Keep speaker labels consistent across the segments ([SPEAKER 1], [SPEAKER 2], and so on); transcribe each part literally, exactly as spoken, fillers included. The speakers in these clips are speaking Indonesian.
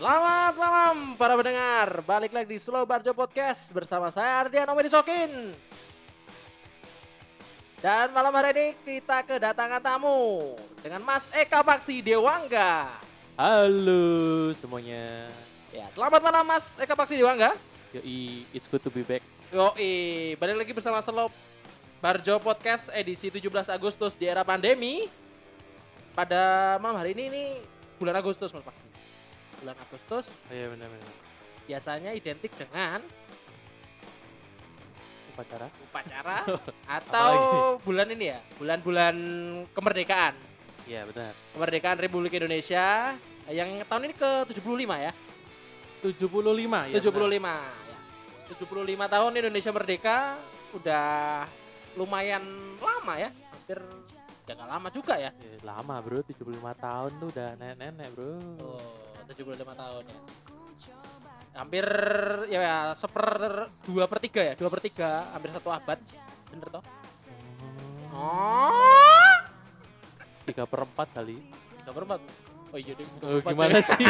[SPEAKER 1] Selamat malam para pendengar, balik lagi di Slow Barjo Podcast bersama saya Ardian Omedisokin. Dan malam hari ini kita kedatangan tamu dengan Mas Eka Paksi Dewangga.
[SPEAKER 2] Halo semuanya.
[SPEAKER 1] Ya, selamat malam Mas Eka Paksi Dewangga.
[SPEAKER 2] Yoi, it's good to be back.
[SPEAKER 1] Yoi, balik lagi bersama Slow Barjo Podcast edisi tujuh belas Agustus di era pandemi. Pada malam hari ini ini bulan Agustus Mas Paksi. Bulan Agustus.
[SPEAKER 2] Oh, iya benar-benar.
[SPEAKER 1] Biasanya identik dengan
[SPEAKER 2] Upacara?
[SPEAKER 1] upacara atau bulan ini ya, bulan-bulan kemerdekaan.
[SPEAKER 2] Iya benar.
[SPEAKER 1] Kemerdekaan Republik Indonesia yang tahun ini ke tujuh puluh lima ya.
[SPEAKER 2] tujuh puluh lima ya.
[SPEAKER 1] tujuh puluh lima ya. tujuh puluh lima tahun Indonesia merdeka, udah lumayan lama ya. Hampir ya gak lama juga ya.
[SPEAKER 2] Ya, lama bro, tujuh puluh lima tahun tuh udah nenek-nenek bro.
[SPEAKER 1] Oh, tujuh puluh lima tahun ya. Hampir ya seper dua per tiga ya, dua per tiga, hampir satu abad. Bener toh? Oh.
[SPEAKER 2] Tiga per empat kali.
[SPEAKER 1] Tiga per empat. Oh iya deh.
[SPEAKER 2] Oh, gimana sih?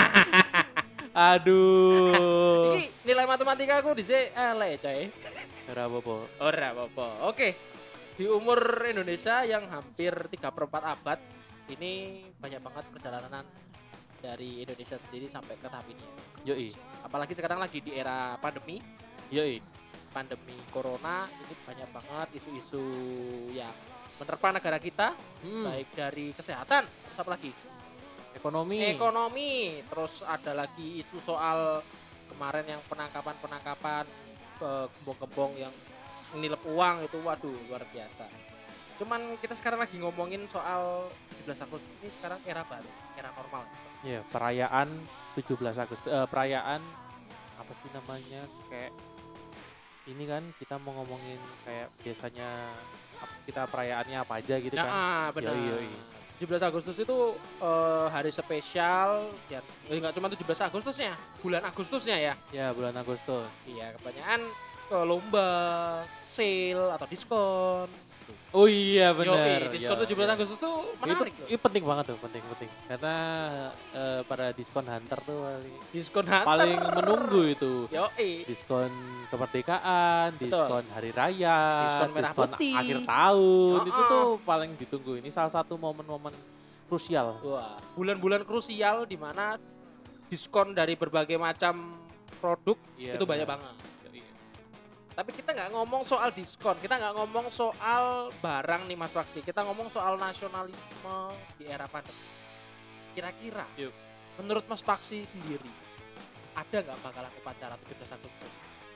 [SPEAKER 2] Aduh.
[SPEAKER 1] Ini nilai matematika aku di sini elek coy.
[SPEAKER 2] Ora apa-apa.
[SPEAKER 1] Ora apa-apa. Oke. Di umur Indonesia yang hampir tiga per empat abad, ini banyak banget perjalanan dari Indonesia sendiri sampai ke tahap ini.
[SPEAKER 2] Yoi.
[SPEAKER 1] Apalagi sekarang lagi di era pandemi.
[SPEAKER 2] Yoi.
[SPEAKER 1] Pandemi corona, ini banyak banget isu-isu yang menerpa negara kita,
[SPEAKER 2] Hmm.
[SPEAKER 1] baik dari kesehatan, terus apa lagi?
[SPEAKER 2] Ekonomi.
[SPEAKER 1] Ekonomi, terus ada lagi isu soal kemarin yang penangkapan-penangkapan eh, gembong-gembong yang nilep uang itu, waduh luar biasa. Cuman kita sekarang lagi ngomongin soal tujuh belas Agustus ini sekarang era baru, era normal.
[SPEAKER 2] Ya, perayaan tujuh belas Agustus. Eh, perayaan apa sih namanya? Kayak ini kan kita mau ngomongin kayak biasanya ap- kita perayaannya apa aja gitu
[SPEAKER 1] Ya,
[SPEAKER 2] kan.
[SPEAKER 1] ah, benar.
[SPEAKER 2] Yoi, yoi.
[SPEAKER 1] tujuh belas Agustus itu eh, hari spesial, ya eh, nggak cuma tujuh belas Agustusnya, bulan Agustusnya ya.
[SPEAKER 2] Ya, bulan Agustus.
[SPEAKER 1] Iya, kebanyakan ke lomba, sale atau diskon.
[SPEAKER 2] Oh iya benar.
[SPEAKER 1] Yoi, diskon
[SPEAKER 2] Ya,
[SPEAKER 1] tujuh belas
[SPEAKER 2] ya.
[SPEAKER 1] Agustus tuh
[SPEAKER 2] Itu,
[SPEAKER 1] menarik loh.
[SPEAKER 2] itu penting banget tuh, penting penting. Karena eh, para diskon hunter tuh paling,
[SPEAKER 1] Diskon hunter.
[SPEAKER 2] paling menunggu itu.
[SPEAKER 1] Yoi.
[SPEAKER 2] Diskon kemerdekaan,
[SPEAKER 1] Betul.
[SPEAKER 2] diskon hari raya,
[SPEAKER 1] Diskon merah putih.
[SPEAKER 2] akhir tahun.
[SPEAKER 1] Oh,
[SPEAKER 2] Itu
[SPEAKER 1] oh.
[SPEAKER 2] tuh paling ditunggu. Ini salah satu momen-momen krusial.
[SPEAKER 1] Wah, bulan-bulan krusial di mana diskon dari berbagai macam produk
[SPEAKER 2] Iya,
[SPEAKER 1] itu banyak
[SPEAKER 2] benar.
[SPEAKER 1] banget. Tapi kita nggak ngomong soal diskon, kita nggak ngomong soal barang nih Mas Paksi, kita ngomong soal nasionalisme di era pandemi. Kira-kira,
[SPEAKER 2] Yuk.
[SPEAKER 1] menurut Mas Paksi sendiri, ada nggak bakalan upacara tujuh belas Agustus?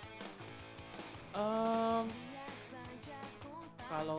[SPEAKER 2] Em, kalau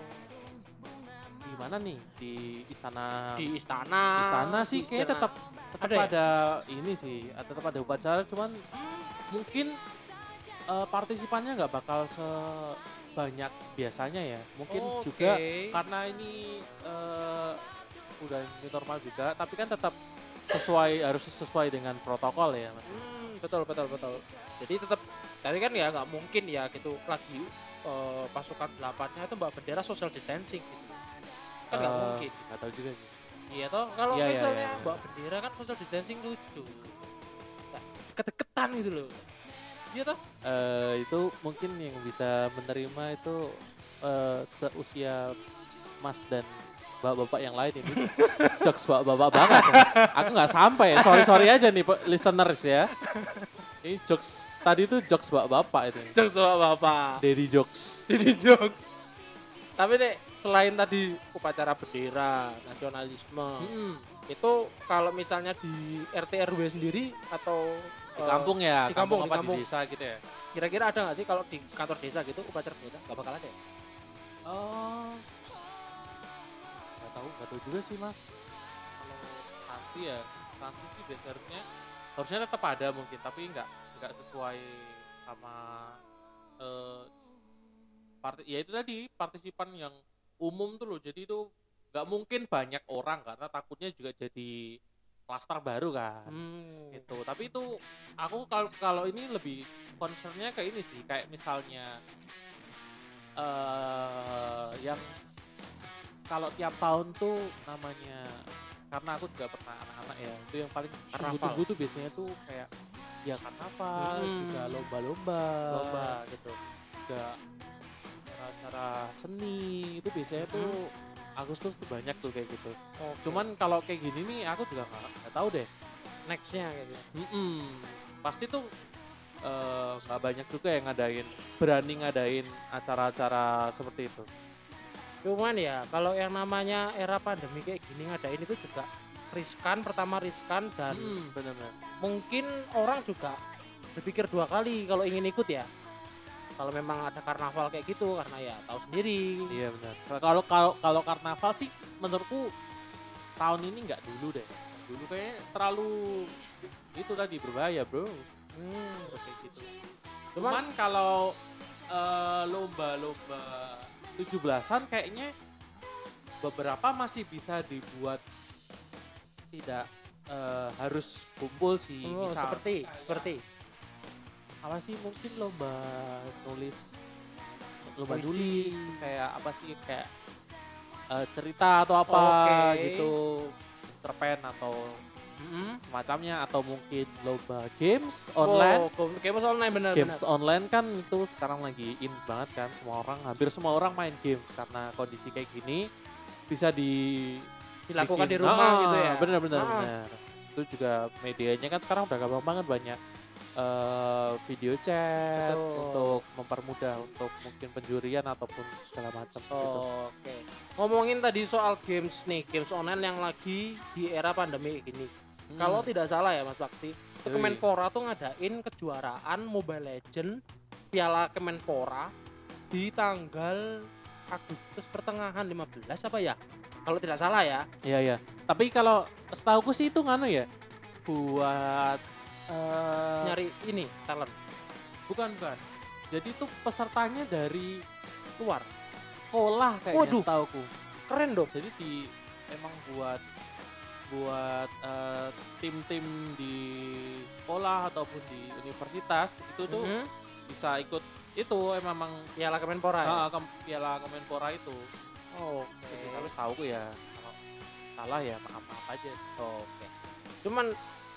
[SPEAKER 2] di mana nih di istana
[SPEAKER 1] Di istana?
[SPEAKER 2] istana sih
[SPEAKER 1] di
[SPEAKER 2] kayaknya
[SPEAKER 1] istana.
[SPEAKER 2] tetap tetap
[SPEAKER 1] Ada ya?
[SPEAKER 2] ada ini sih tetap ada upacara cuman mungkin eh, partisipannya nggak bakal sebanyak biasanya ya mungkin
[SPEAKER 1] Oke.
[SPEAKER 2] juga karena ini eh, udah new normal juga tapi kan tetap sesuai harus sesuai dengan protokol ya mas.
[SPEAKER 1] Hmm, betul betul betul. Jadi tetap tadi kan ya nggak mungkin ya gitu lagi eh, pasukan delapannya itu mbak bendera social distancing gitu. Kan nggak
[SPEAKER 2] Eh,
[SPEAKER 1] mungkin.
[SPEAKER 2] nggak tahu juga sih.
[SPEAKER 1] Iya toh, kalau
[SPEAKER 2] Iya, iya,
[SPEAKER 1] misalnya
[SPEAKER 2] iya, iya.
[SPEAKER 1] mbak bendera kan social distancing lucu. Nggak deket-deketan gitu loh. Iya toh?
[SPEAKER 2] Eh, itu mungkin yang bisa menerima itu eh, seusia Mas dan bapak-bapak yang lain ini jokes bapak-bapak banget. Aku nggak sampai, sorry sorry aja nih pe- listeners ya. Ini jokes tadi tuh jokes bapak-bapak itu.
[SPEAKER 1] Jokes bapak.
[SPEAKER 2] Daddy jokes.
[SPEAKER 1] Jadi jokes. Tapi nih selain tadi upacara bendera, nasionalisme,
[SPEAKER 2] Hmm,
[SPEAKER 1] itu kalau misalnya di R T R W sendiri atau
[SPEAKER 2] di
[SPEAKER 1] eh,
[SPEAKER 2] kampung ya,
[SPEAKER 1] di
[SPEAKER 2] kampung,
[SPEAKER 1] kampung, di
[SPEAKER 2] apa
[SPEAKER 1] kampung.
[SPEAKER 2] di desa gitu ya.
[SPEAKER 1] kira-kira ada nggak sih kalau di kantor desa gitu upacara bendera nggak bakal ada ya?
[SPEAKER 2] Oh, nggak tahu, nggak tahu juga sih mas. Kalau sanksi ya, sanksi sih biasanya harusnya harusnya tetap ada mungkin, tapi nggak nggak sesuai sama eh parti. Ya itu tadi partisipan yang umum tuh loh. Jadi itu nggak mungkin banyak orang karena takutnya juga jadi klaster baru kan.
[SPEAKER 1] Hmm.
[SPEAKER 2] Gitu. Tapi itu aku kalau kalau ini lebih concernnya ke ini sih, kayak misalnya eh yang kalau tiap tahun tuh namanya karena aku juga pernah anak-anak ya, itu yang paling
[SPEAKER 1] Karnaval.
[SPEAKER 2] tunggu-tunggu tuh biasanya tuh kayak ya karnaval,
[SPEAKER 1] Hmm.
[SPEAKER 2] juga lomba-lomba,
[SPEAKER 1] Lomba.
[SPEAKER 2] gitu, juga acara-acara seni itu biasanya
[SPEAKER 1] Hmm.
[SPEAKER 2] tuh Agustus tuh banyak tuh kayak gitu.
[SPEAKER 1] Oke.
[SPEAKER 2] Cuman kalau kayak gini nih aku juga nggak nggak tahu deh.
[SPEAKER 1] nextnya gitu.
[SPEAKER 2] Mm-mm. Pasti tuh eh, nggak banyak juga yang ngadain, berani ngadain acara-acara seperti itu.
[SPEAKER 1] Cuman ya kalau yang namanya era pandemi kayak gini ngadain itu juga riskan, pertama riskan dan
[SPEAKER 2] Mm, benar-benar.
[SPEAKER 1] mungkin orang juga berpikir dua kali kalau ingin ikut ya. Kalau memang ada karnaval kayak gitu karena ya tahu sendiri.
[SPEAKER 2] Iya benar. Kalau kalau kalau karnaval sih menurutku tahun ini nggak dulu deh. Dulu kayaknya terlalu itu tadi berbahaya bro.
[SPEAKER 1] Hmm.
[SPEAKER 2] Kayak gitu.
[SPEAKER 1] Cuman,
[SPEAKER 2] Cuman kalau eh, lomba-lomba tujuh belasan kayaknya beberapa masih bisa dibuat tidak eh, harus kumpul sih.
[SPEAKER 1] oh,
[SPEAKER 2] Misal
[SPEAKER 1] seperti seperti
[SPEAKER 2] apa sih mungkin lomba nulis lomba
[SPEAKER 1] Puisi.
[SPEAKER 2] nulis kayak apa sih kayak eh, cerita atau apa
[SPEAKER 1] Oke.
[SPEAKER 2] gitu, cerpen atau
[SPEAKER 1] Mm-mm.
[SPEAKER 2] semacamnya, atau mungkin lomba games online.
[SPEAKER 1] Oh, games online benar
[SPEAKER 2] Games
[SPEAKER 1] benar.
[SPEAKER 2] online kan itu sekarang lagi in banget kan, semua orang hampir semua orang main game karena kondisi kayak gini bisa di
[SPEAKER 1] Dilakukan
[SPEAKER 2] bikin-
[SPEAKER 1] di rumah
[SPEAKER 2] Ah,
[SPEAKER 1] gitu ya.
[SPEAKER 2] bener bener
[SPEAKER 1] Ah.
[SPEAKER 2] bener. Itu juga medianya kan sekarang udah gampang banget, banyak eh, video chat
[SPEAKER 1] Betul.
[SPEAKER 2] untuk mempermudah untuk mungkin penjurian ataupun segala macam gitu.
[SPEAKER 1] Oke. Ngomongin tadi soal games nih, games online yang lagi di era pandemi gini.
[SPEAKER 2] Hmm.
[SPEAKER 1] Kalau tidak salah ya Mas Bakti, itu
[SPEAKER 2] Yoi.
[SPEAKER 1] Kemenpora tuh ngadain kejuaraan Mobile Legend Piala Kemenpora di tanggal Agustus pertengahan lima belas apa ya? Kalau tidak salah ya.
[SPEAKER 2] Iya ya. Tapi kalau setauku sih itu nganu ya, buat eh,
[SPEAKER 1] Nyari ini talent
[SPEAKER 2] bukan bukan. Jadi itu pesertanya dari
[SPEAKER 1] luar.
[SPEAKER 2] sekolah kayaknya
[SPEAKER 1] Waduh.
[SPEAKER 2] setauku.
[SPEAKER 1] Keren dong.
[SPEAKER 2] Jadi di emang buat buat eh, tim-tim di sekolah ataupun di universitas itu tuh
[SPEAKER 1] Mhm.
[SPEAKER 2] bisa ikut itu emang
[SPEAKER 1] Piala Kemenpora ya.
[SPEAKER 2] ah, ke- Piala Kemenpora itu.
[SPEAKER 1] Oh,
[SPEAKER 2] Itu sih, tapi setahuku ya kalau salah ya maaf maaf aja.
[SPEAKER 1] Oke. Cuman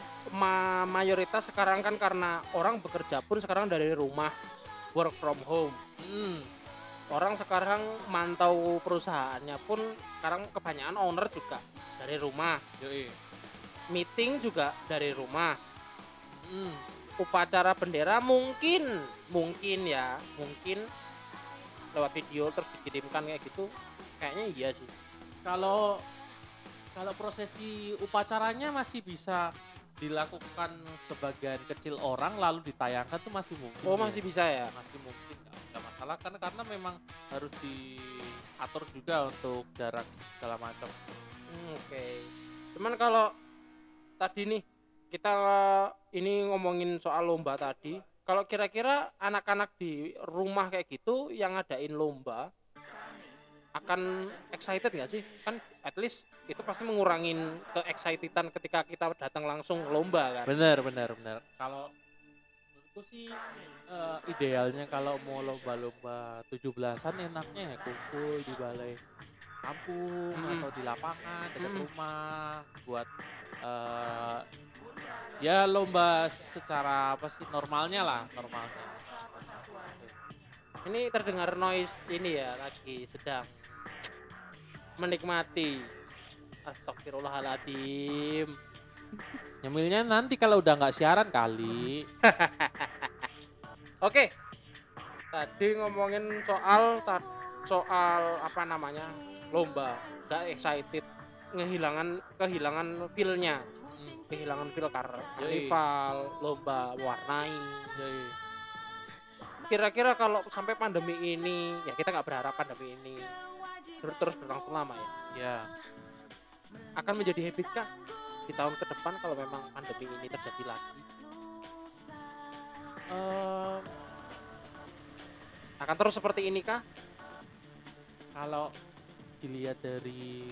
[SPEAKER 1] ma- mayoritas sekarang kan karena orang bekerja pun sekarang dari rumah, work from home.
[SPEAKER 2] Hmm.
[SPEAKER 1] Orang sekarang mantau perusahaannya pun sekarang kebanyakan owner juga dari rumah.
[SPEAKER 2] Yoi.
[SPEAKER 1] Meeting juga dari rumah.
[SPEAKER 2] Hmm.
[SPEAKER 1] Upacara bendera mungkin mungkin ya, mungkin lewat video terus dikirimkan kayak gitu. Kayaknya iya sih.
[SPEAKER 2] Kalau kalau prosesi upacaranya masih bisa dilakukan sebagian kecil orang lalu ditayangkan tuh masih mungkin.
[SPEAKER 1] Oh,
[SPEAKER 2] sih.
[SPEAKER 1] masih bisa ya.
[SPEAKER 2] Masih mungkin nggak nggak masalah kan, karena memang harus diatur juga untuk jarak segala macam.
[SPEAKER 1] Hmm, Oke. Cuman kalau tadi nih kita ini ngomongin soal lomba tadi, kalau kira-kira anak-anak di rumah kayak gitu yang ngadain lomba akan excited nggak sih? Kan at least itu pasti mengurangin ke-excitedan ketika kita datang langsung ke lomba kan.
[SPEAKER 2] Bener bener bener. Kalau menurutku sih eh, idealnya kalau mau lomba-lomba tujuh belasan enaknya ya kumpul di balai kampung
[SPEAKER 1] Hmm.
[SPEAKER 2] atau di lapangan dekat
[SPEAKER 1] Hmm.
[SPEAKER 2] rumah buat eh, ya lomba secara apa sih normalnya lah normalnya.
[SPEAKER 1] Ini terdengar noise ini ya, lagi sedang menikmati. Astagfirullahaladzim.
[SPEAKER 2] Nyemilnya nanti kalau udah nggak siaran kali.
[SPEAKER 1] Oke. Tadi ngomongin soal ta- soal apa namanya? Lomba. Gak excited, kehilangan kehilangan feel-nya. Kehilangan feel karnival, lomba warnai.
[SPEAKER 2] Jadi
[SPEAKER 1] Kira-kira kalau sampai pandemi ini, ya kita nggak berharap pandemi ini ber- terus berlangsung lama ya.
[SPEAKER 2] ya
[SPEAKER 1] Akan menjadi habit kah di tahun ke depan kalau memang pandemi ini terjadi lagi?
[SPEAKER 2] em,
[SPEAKER 1] Akan terus seperti ini kah?
[SPEAKER 2] kalau dilihat dari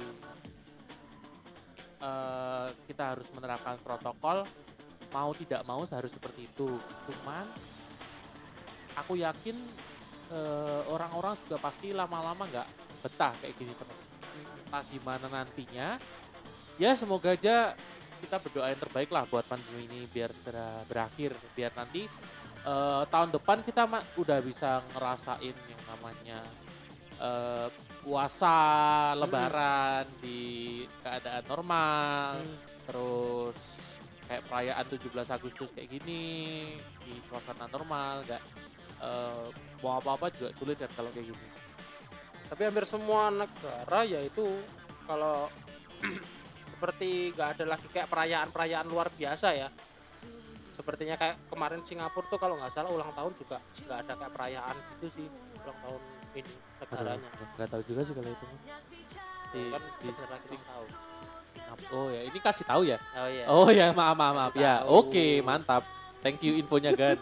[SPEAKER 2] eh, kita harus menerapkan protokol, mau tidak mau harus seperti itu. Cuman aku yakin eh, orang-orang juga pasti lama-lama nggak betah kayak gini terus. Entah gimana nantinya, ya semoga aja kita berdoa yang terbaik lah buat pandemi ini biar segera berakhir, biar nanti eh, tahun depan kita ma- udah bisa ngerasain yang namanya eh, puasa lebaran di keadaan normal,
[SPEAKER 1] Hmm.
[SPEAKER 2] terus kayak perayaan tujuh belas Agustus kayak gini di suasana normal, nggak eh, mau apa-apa juga sulit kan kalau kayak gini.
[SPEAKER 1] Tapi hampir semua negara yaitu kalau seperti nggak ada lagi kayak perayaan-perayaan luar biasa ya. Sepertinya kayak kemarin Singapura tuh kalau nggak salah ulang tahun juga nggak ada kayak perayaan gitu sih ulang tahun ini
[SPEAKER 2] Aduh,
[SPEAKER 1] negaranya.
[SPEAKER 2] nggak tahu juga sih kalau itu. Di,
[SPEAKER 1] Kan
[SPEAKER 2] di
[SPEAKER 1] bentar lagi ulang tahun.
[SPEAKER 2] Singapura. Oh ya, ini kasih tahu ya.
[SPEAKER 1] Oh iya.
[SPEAKER 2] Oh ya, maaf maaf maaf
[SPEAKER 1] Kasih
[SPEAKER 2] ya.
[SPEAKER 1] tahu.
[SPEAKER 2] Oke, mantap. Thank you infonya Gan.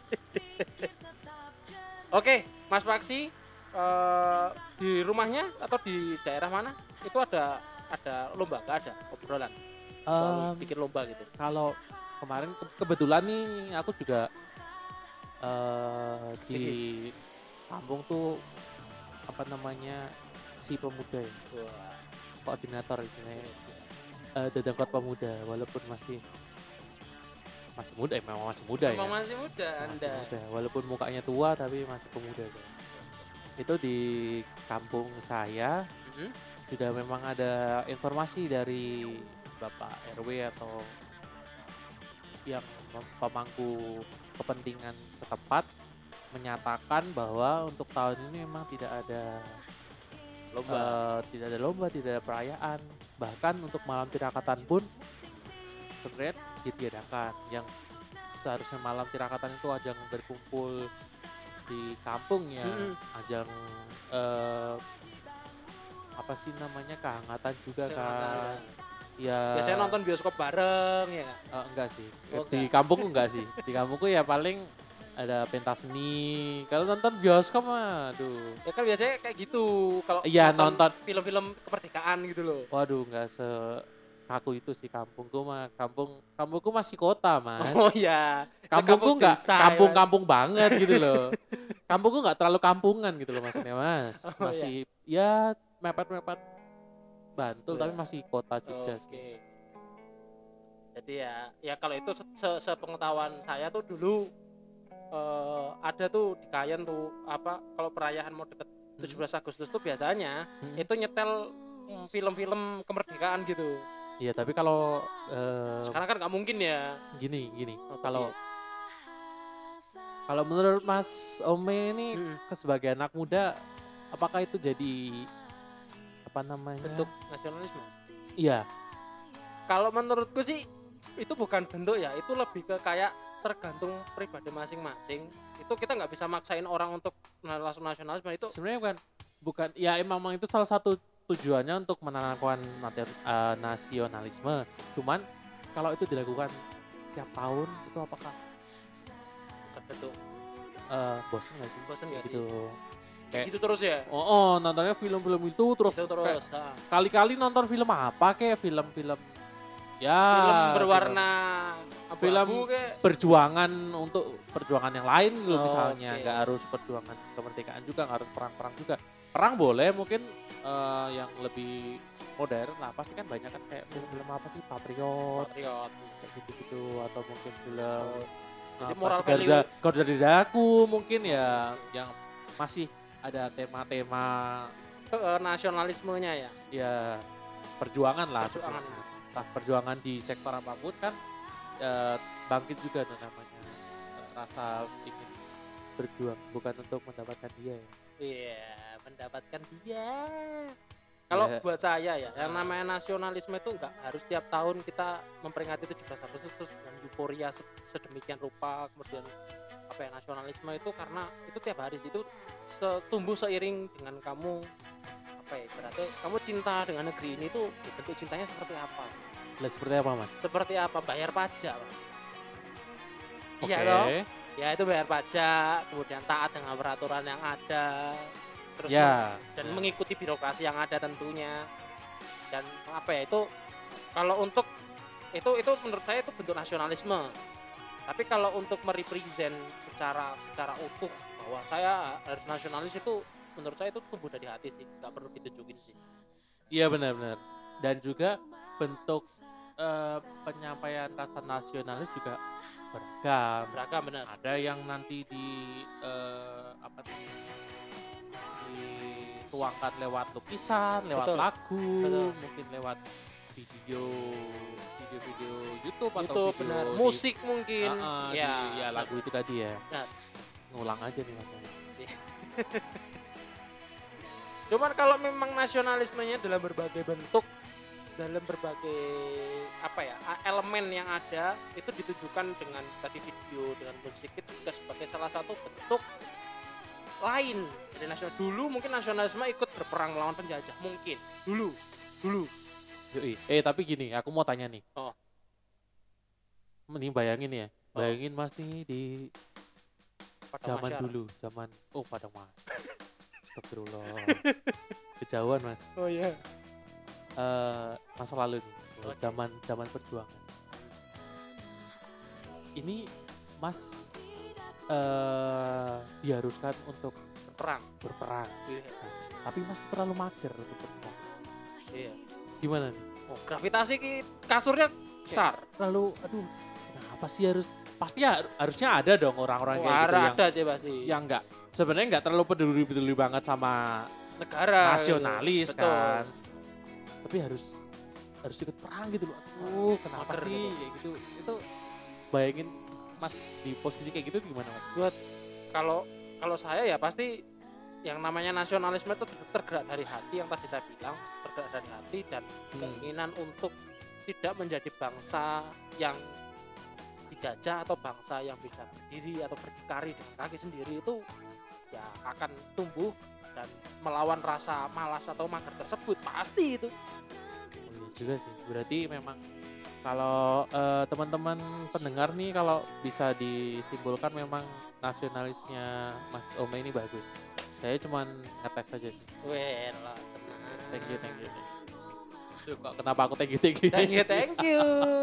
[SPEAKER 1] Oke, Mas Paksi eh, di rumahnya atau di daerah mana itu ada ada lomba nggak ada obrolan soal
[SPEAKER 2] Em,
[SPEAKER 1] bikin lomba gitu.
[SPEAKER 2] Kalau kemarin ke- kebetulan nih aku juga eh di kampung tuh apa namanya si pemuda ya,
[SPEAKER 1] Wah,
[SPEAKER 2] koordinator ini eh Dedengkot Pemuda, walaupun masih masih muda, eh, memang masih muda ya.
[SPEAKER 1] memang masih muda
[SPEAKER 2] Masih
[SPEAKER 1] Anda.
[SPEAKER 2] muda, walaupun mukanya tua tapi masih pemuda kan. Itu di kampung saya
[SPEAKER 1] Mhm.
[SPEAKER 2] sudah memang ada informasi dari Bapak R W atau yang mem- pemangku kepentingan setempat menyatakan bahwa untuk tahun ini memang tidak ada
[SPEAKER 1] Lomba.
[SPEAKER 2] eh, tidak ada lomba, tidak ada perayaan. Bahkan untuk malam tirakatan pun sebenarnya ditiadakan. Yang seharusnya malam tirakatan itu ajang berkumpul di kampung ya,
[SPEAKER 1] Mm-mm.
[SPEAKER 2] ajang eh, apa sih namanya kehangatan juga
[SPEAKER 1] Saya
[SPEAKER 2] kan.
[SPEAKER 1] penasaran.
[SPEAKER 2] Ya
[SPEAKER 1] Biasanya nonton bioskop bareng ya nggak?
[SPEAKER 2] eh, enggak sih.
[SPEAKER 1] Oh,
[SPEAKER 2] Di
[SPEAKER 1] enggak.
[SPEAKER 2] kampungku enggak sih. Di kampungku ya paling ada pentas seni. Kalau nonton bioskop mah aduh.
[SPEAKER 1] Ya kan biasanya kayak gitu kalau
[SPEAKER 2] Iya, nonton.
[SPEAKER 1] film-film kemerdekaan gitu loh.
[SPEAKER 2] Waduh, enggak se kaku itu sih kampungku mah. Kampung kampungku masih kota, Mas.
[SPEAKER 1] Oh iya. Itu
[SPEAKER 2] Kampungku
[SPEAKER 1] kampung
[SPEAKER 2] enggak
[SPEAKER 1] desa, ya,
[SPEAKER 2] kampung-kampung banget gitu loh. Kampungku enggak terlalu kampungan gitu loh maksudnya, Mas.
[SPEAKER 1] Oh,
[SPEAKER 2] Masih ya mepet-mepet Bantul
[SPEAKER 1] Iya.
[SPEAKER 2] tapi masih kota Jogja
[SPEAKER 1] Oke.
[SPEAKER 2] sih.
[SPEAKER 1] Jadi ya, ya kalau itu se- se- sepengetahuan saya tuh dulu eh, ada tuh di Kayen tuh apa kalau perayaan mau deket tujuh belas Agustus tuh biasanya
[SPEAKER 2] Hmm.
[SPEAKER 1] itu nyetel mm, film-film kemerdekaan gitu.
[SPEAKER 2] Iya, tapi kalau eh,
[SPEAKER 1] Sekarang kan nggak mungkin ya.
[SPEAKER 2] gini gini,
[SPEAKER 1] Oh,
[SPEAKER 2] kalau
[SPEAKER 1] iya.
[SPEAKER 2] kalau menurut Mas Ome ini
[SPEAKER 1] Mm-mm.
[SPEAKER 2] ke sebagai anak muda, apakah itu jadi apa namanya?
[SPEAKER 1] Bentuk nasionalisme.
[SPEAKER 2] Iya,
[SPEAKER 1] Kalau menurutku sih itu bukan bentuk ya, itu lebih ke kayak tergantung pribadi masing-masing. Itu kita nggak bisa maksain orang untuk langsung nasionalisme itu.
[SPEAKER 2] sebenarnya bukan bukan ya emang memang itu salah satu tujuannya untuk menanamkan nater- eh, nasionalisme. Cuman kalau itu dilakukan setiap tahun itu apakah
[SPEAKER 1] Bukan bentuk.
[SPEAKER 2] eh, bosan nggak sih?
[SPEAKER 1] Bosen nggak
[SPEAKER 2] Gitu.
[SPEAKER 1] Kayak
[SPEAKER 2] Kayak
[SPEAKER 1] gitu terus ya.
[SPEAKER 2] oh, oh, nontonnya film-film itu terus
[SPEAKER 1] Itu
[SPEAKER 2] kayak
[SPEAKER 1] terus. ha.
[SPEAKER 2] kali-kali nonton film apa kayak film-film ya
[SPEAKER 1] Film berwarna
[SPEAKER 2] film- film
[SPEAKER 1] abu-abu kayak
[SPEAKER 2] perjuangan untuk perjuangan yang lain gitu
[SPEAKER 1] Oh,
[SPEAKER 2] misalnya
[SPEAKER 1] oke.
[SPEAKER 2] nggak harus perjuangan kemerdekaan juga, nggak harus perang-perang juga. Perang boleh mungkin eh, yang lebih modern lah, pasti kan banyak kan kayak film-film apa sih Patriot
[SPEAKER 1] patriot.
[SPEAKER 2] kayak gitu-gitu, atau mungkin film
[SPEAKER 1] Jadi
[SPEAKER 2] apa
[SPEAKER 1] moral
[SPEAKER 2] sih, Garuda,
[SPEAKER 1] value-
[SPEAKER 2] Garuda di Daku mungkin ya yang masih ada tema-tema
[SPEAKER 1] Ke eh, nasionalismenya ya.
[SPEAKER 2] ya perjuangan lah,
[SPEAKER 1] Perjuangan.
[SPEAKER 2] perjuangan. Entah perjuangan di sektor apapun kan eh, bangkit juga tuh namanya eh, rasa ingin berjuang bukan untuk mendapatkan dia ya.
[SPEAKER 1] Iya, mendapatkan dia. Kalau
[SPEAKER 2] Ya.
[SPEAKER 1] buat saya ya, yang namanya nasionalisme itu nggak harus tiap tahun kita memperingati tujuh belas Agustus terus dengan euforia se- sedemikian rupa, kemudian apa ya nasionalisme itu karena itu tiap hari itu se- tumbuh seiring dengan kamu apa ya berarti kamu cinta dengan negeri ini tuh bentuk cintanya seperti apa?
[SPEAKER 2] Lihat seperti apa mas?
[SPEAKER 1] Seperti apa? Bayar pajak, Pak.
[SPEAKER 2] Oke.
[SPEAKER 1] Iya dong. Ya itu bayar pajak, kemudian taat dengan peraturan yang ada, terus
[SPEAKER 2] Ya.
[SPEAKER 1] dan
[SPEAKER 2] ya.
[SPEAKER 1] mengikuti birokrasi yang ada tentunya. Dan apa ya itu kalau untuk itu itu menurut saya itu bentuk nasionalisme. Tapi kalau untuk merepresent secara secara utuh bahwa saya harus nasionalis itu menurut saya itu tumbuh dari hati sih, nggak perlu ditunjukin sih.
[SPEAKER 2] Iya benar-benar. Dan juga bentuk uh, penyampaian rasa nasionalis juga beragam.
[SPEAKER 1] Beragam benar.
[SPEAKER 2] Ada yang nanti di uh, apa tuh? Dituangkan lewat lukisan, lewat
[SPEAKER 1] Betul.
[SPEAKER 2] lagu,
[SPEAKER 1] Betul.
[SPEAKER 2] mungkin lewat video video-video YouTube, atau
[SPEAKER 1] YouTube
[SPEAKER 2] video
[SPEAKER 1] benar.
[SPEAKER 2] di-
[SPEAKER 1] Musik mungkin.
[SPEAKER 2] Ah, ah,
[SPEAKER 1] ya.
[SPEAKER 2] di- ya lagu itu tadi ya.
[SPEAKER 1] Benar.
[SPEAKER 2] Ngulang aja nih mas.
[SPEAKER 1] Cuman kalau memang nasionalismenya dalam berbagai bentuk, dalam berbagai apa ya a- elemen yang ada itu ditujukan dengan tadi video, dengan musik, itu juga sebagai salah satu bentuk lain dari nasional. Dulu mungkin nasionalisme ikut berperang melawan penjajah, mungkin dulu, dulu.
[SPEAKER 2] Yoi. Eh tapi gini, aku mau tanya nih.
[SPEAKER 1] Oh.
[SPEAKER 2] Mending bayangin ya,
[SPEAKER 1] Oh.
[SPEAKER 2] bayangin mas nih di
[SPEAKER 1] Pada
[SPEAKER 2] zaman
[SPEAKER 1] masyarakat.
[SPEAKER 2] dulu, zaman oh Padang Mas. Astagfirullah. Kejauhan mas.
[SPEAKER 1] Oh iya.
[SPEAKER 2] Eh masa lalu nih,
[SPEAKER 1] Oke.
[SPEAKER 2] zaman zaman perjuangan. Ini mas eh diharuskan untuk
[SPEAKER 1] Berperang.
[SPEAKER 2] berperang,
[SPEAKER 1] Iya.
[SPEAKER 2] tapi mas terlalu mager untuk berperang.
[SPEAKER 1] Iya.
[SPEAKER 2] Gimana nih?
[SPEAKER 1] Oh, gravitasi ki kasurnya besar.
[SPEAKER 2] Terlalu, aduh, kenapa sih harus? Pasti har- harusnya ada dong orang-orang
[SPEAKER 1] Oh,
[SPEAKER 2] kayak gitu yang
[SPEAKER 1] ada sih pasti.
[SPEAKER 2] yang enggak sebenarnya enggak terlalu peduli peduli banget sama
[SPEAKER 1] Negara.
[SPEAKER 2] nasionalis
[SPEAKER 1] gitu.
[SPEAKER 2] kan, tapi harus harus ikut perang gitu loh. Aduh, kenapa
[SPEAKER 1] Mager
[SPEAKER 2] sih
[SPEAKER 1] gitu.
[SPEAKER 2] kayak gitu? Itu bayangin mas di posisi kayak gitu gimana mas?
[SPEAKER 1] Buat kalau kalau saya ya pasti yang namanya nasionalisme itu tergerak dari hati, yang tadi saya bilang, tergerak dari hati dan
[SPEAKER 2] Hmm.
[SPEAKER 1] keinginan untuk tidak menjadi bangsa yang dijajah atau bangsa yang bisa berdiri atau berdikari dengan kaki sendiri, itu ya akan tumbuh dan melawan rasa malas atau mager tersebut, pasti itu.
[SPEAKER 2] Oh, iya juga sih. Berarti memang kalau eh, teman-teman pendengar nih, kalau bisa disimpulkan memang nasionalisnya Mas Ome ini bagus. Saya cuman ngetes aja sih.
[SPEAKER 1] Weh, lah, tenang.
[SPEAKER 2] Thank you, thank you. Thank you. Duh, kok kenapa aku thank you, thank you?
[SPEAKER 1] Thank you, thank you.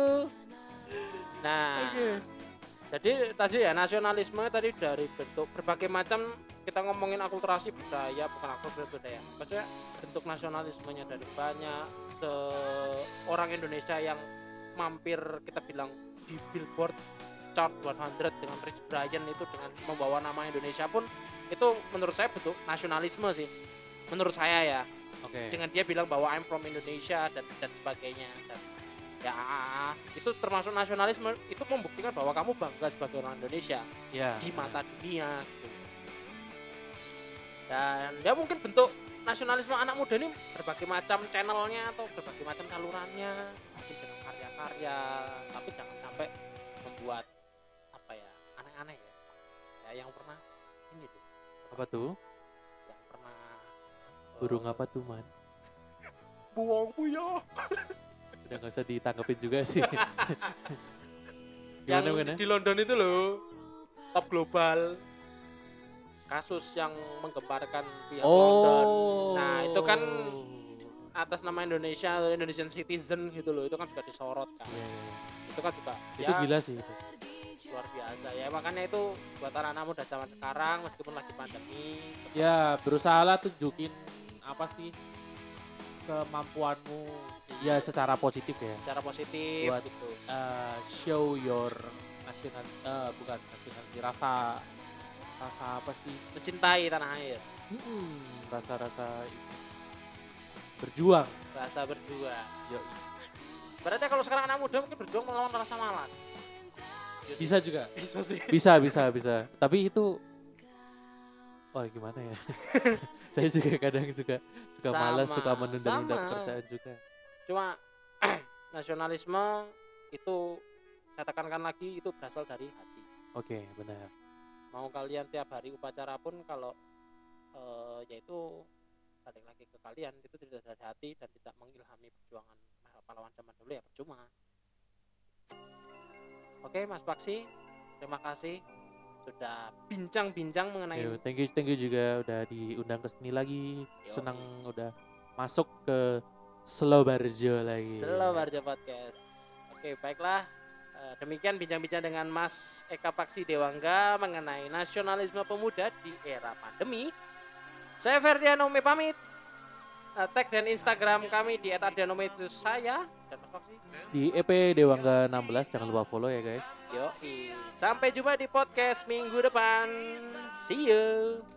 [SPEAKER 1] Nah,
[SPEAKER 2] Oke.
[SPEAKER 1] jadi tadi ya nasionalisme tadi dari bentuk berbagai macam, kita ngomongin akulturasi budaya, bukan akulturasi budaya. Maksudnya bentuk nasionalismenya dari banyak, seorang Indonesia yang mampir kita bilang di Billboard Chart seratus dengan Rich Brian itu dengan membawa nama Indonesia pun itu menurut saya bentuk nasionalisme sih. Menurut saya ya.
[SPEAKER 2] Oke.
[SPEAKER 1] Dengan dia bilang bahwa I'm from Indonesia dan dan sebagainya, dan ya itu termasuk nasionalisme, itu membuktikan bahwa kamu bangga sebagai orang Indonesia
[SPEAKER 2] Ya.
[SPEAKER 1] di mata dunia gitu. Dan ya mungkin bentuk nasionalisme anak muda ini berbagai macam channelnya atau berbagai macam salurannya, mungkin dengan karya-karya, tapi jangan sampai membuat apa ya aneh-aneh ya. Ya yang pernah ini tuh,
[SPEAKER 2] Apa tuh?
[SPEAKER 1] yang pernah
[SPEAKER 2] Burung apa tuh, Man?
[SPEAKER 1] buang buaya.
[SPEAKER 2] Udah gak usah ditanggepin juga sih.
[SPEAKER 1] Yang
[SPEAKER 2] Gimana, gimana?
[SPEAKER 1] di London itu loh, top global, kasus yang menggemparkan pihak London. Nah itu kan atas nama Indonesia, Indonesian citizen gitu loh, itu kan juga disorot kan.
[SPEAKER 2] Iya, iya, iya.
[SPEAKER 1] Itu kan juga
[SPEAKER 2] Itu
[SPEAKER 1] ya,
[SPEAKER 2] gila sih itu.
[SPEAKER 1] luar biasa ya. Makanya itu buat anak-anak muda zaman sekarang, meskipun lagi pandemi,
[SPEAKER 2] Ya, berusaha lah tunjukin apa sih kemampuanmu ya secara positif ya.
[SPEAKER 1] secara positif
[SPEAKER 2] Buat-
[SPEAKER 1] gitu.
[SPEAKER 2] Uh, show your national uh, bukan national rasa rasa apa sih?
[SPEAKER 1] Mencintai tanah air,
[SPEAKER 2] Hmm, rasa-rasa ini. Berjuang.
[SPEAKER 1] rasa berjuang.
[SPEAKER 2] Yo,
[SPEAKER 1] Berarti kalau sekarang anak muda mungkin berjuang melawan rasa malas.
[SPEAKER 2] bisa juga.
[SPEAKER 1] Bisa sih.
[SPEAKER 2] Bisa, bisa, bisa. Tapi itu oh gimana ya? Saya juga kadang juga suka
[SPEAKER 1] Sama,
[SPEAKER 2] malas, suka menunda-nunda
[SPEAKER 1] sama.
[SPEAKER 2] pekerjaan juga.
[SPEAKER 1] Cuma nasionalisme itu saya tekankan lagi, itu berasal dari hati.
[SPEAKER 2] Oke, benar.
[SPEAKER 1] Mau kalian tiap hari upacara pun kalau eh, yaitu balik lagi ke kalian, itu tidak dari hati dan tidak mengilhami perjuangan pahlawan zaman dulu, ya percuma. Oke Mas Paksi, terima kasih sudah bincang-bincang mengenai
[SPEAKER 2] Yo, thank you, thank you juga udah diundang ke sini lagi.
[SPEAKER 1] Yo.
[SPEAKER 2] Senang udah masuk ke Slow Barjo lagi.
[SPEAKER 1] Slow Barjo Podcast. Oke, baiklah. Eh, Demikian bincang-bincang dengan Mas Eka Paksi Dewangga mengenai nasionalisme pemuda di era pandemi. Saya Ferdiano Ome pamit. Uh, tag dan Instagram kami di et ardianomo itu saya dan Mas Foxy.
[SPEAKER 2] Di E P Dewangga enam belas jangan lupa follow ya guys.
[SPEAKER 1] Yo, sampai jumpa di podcast minggu depan. See you.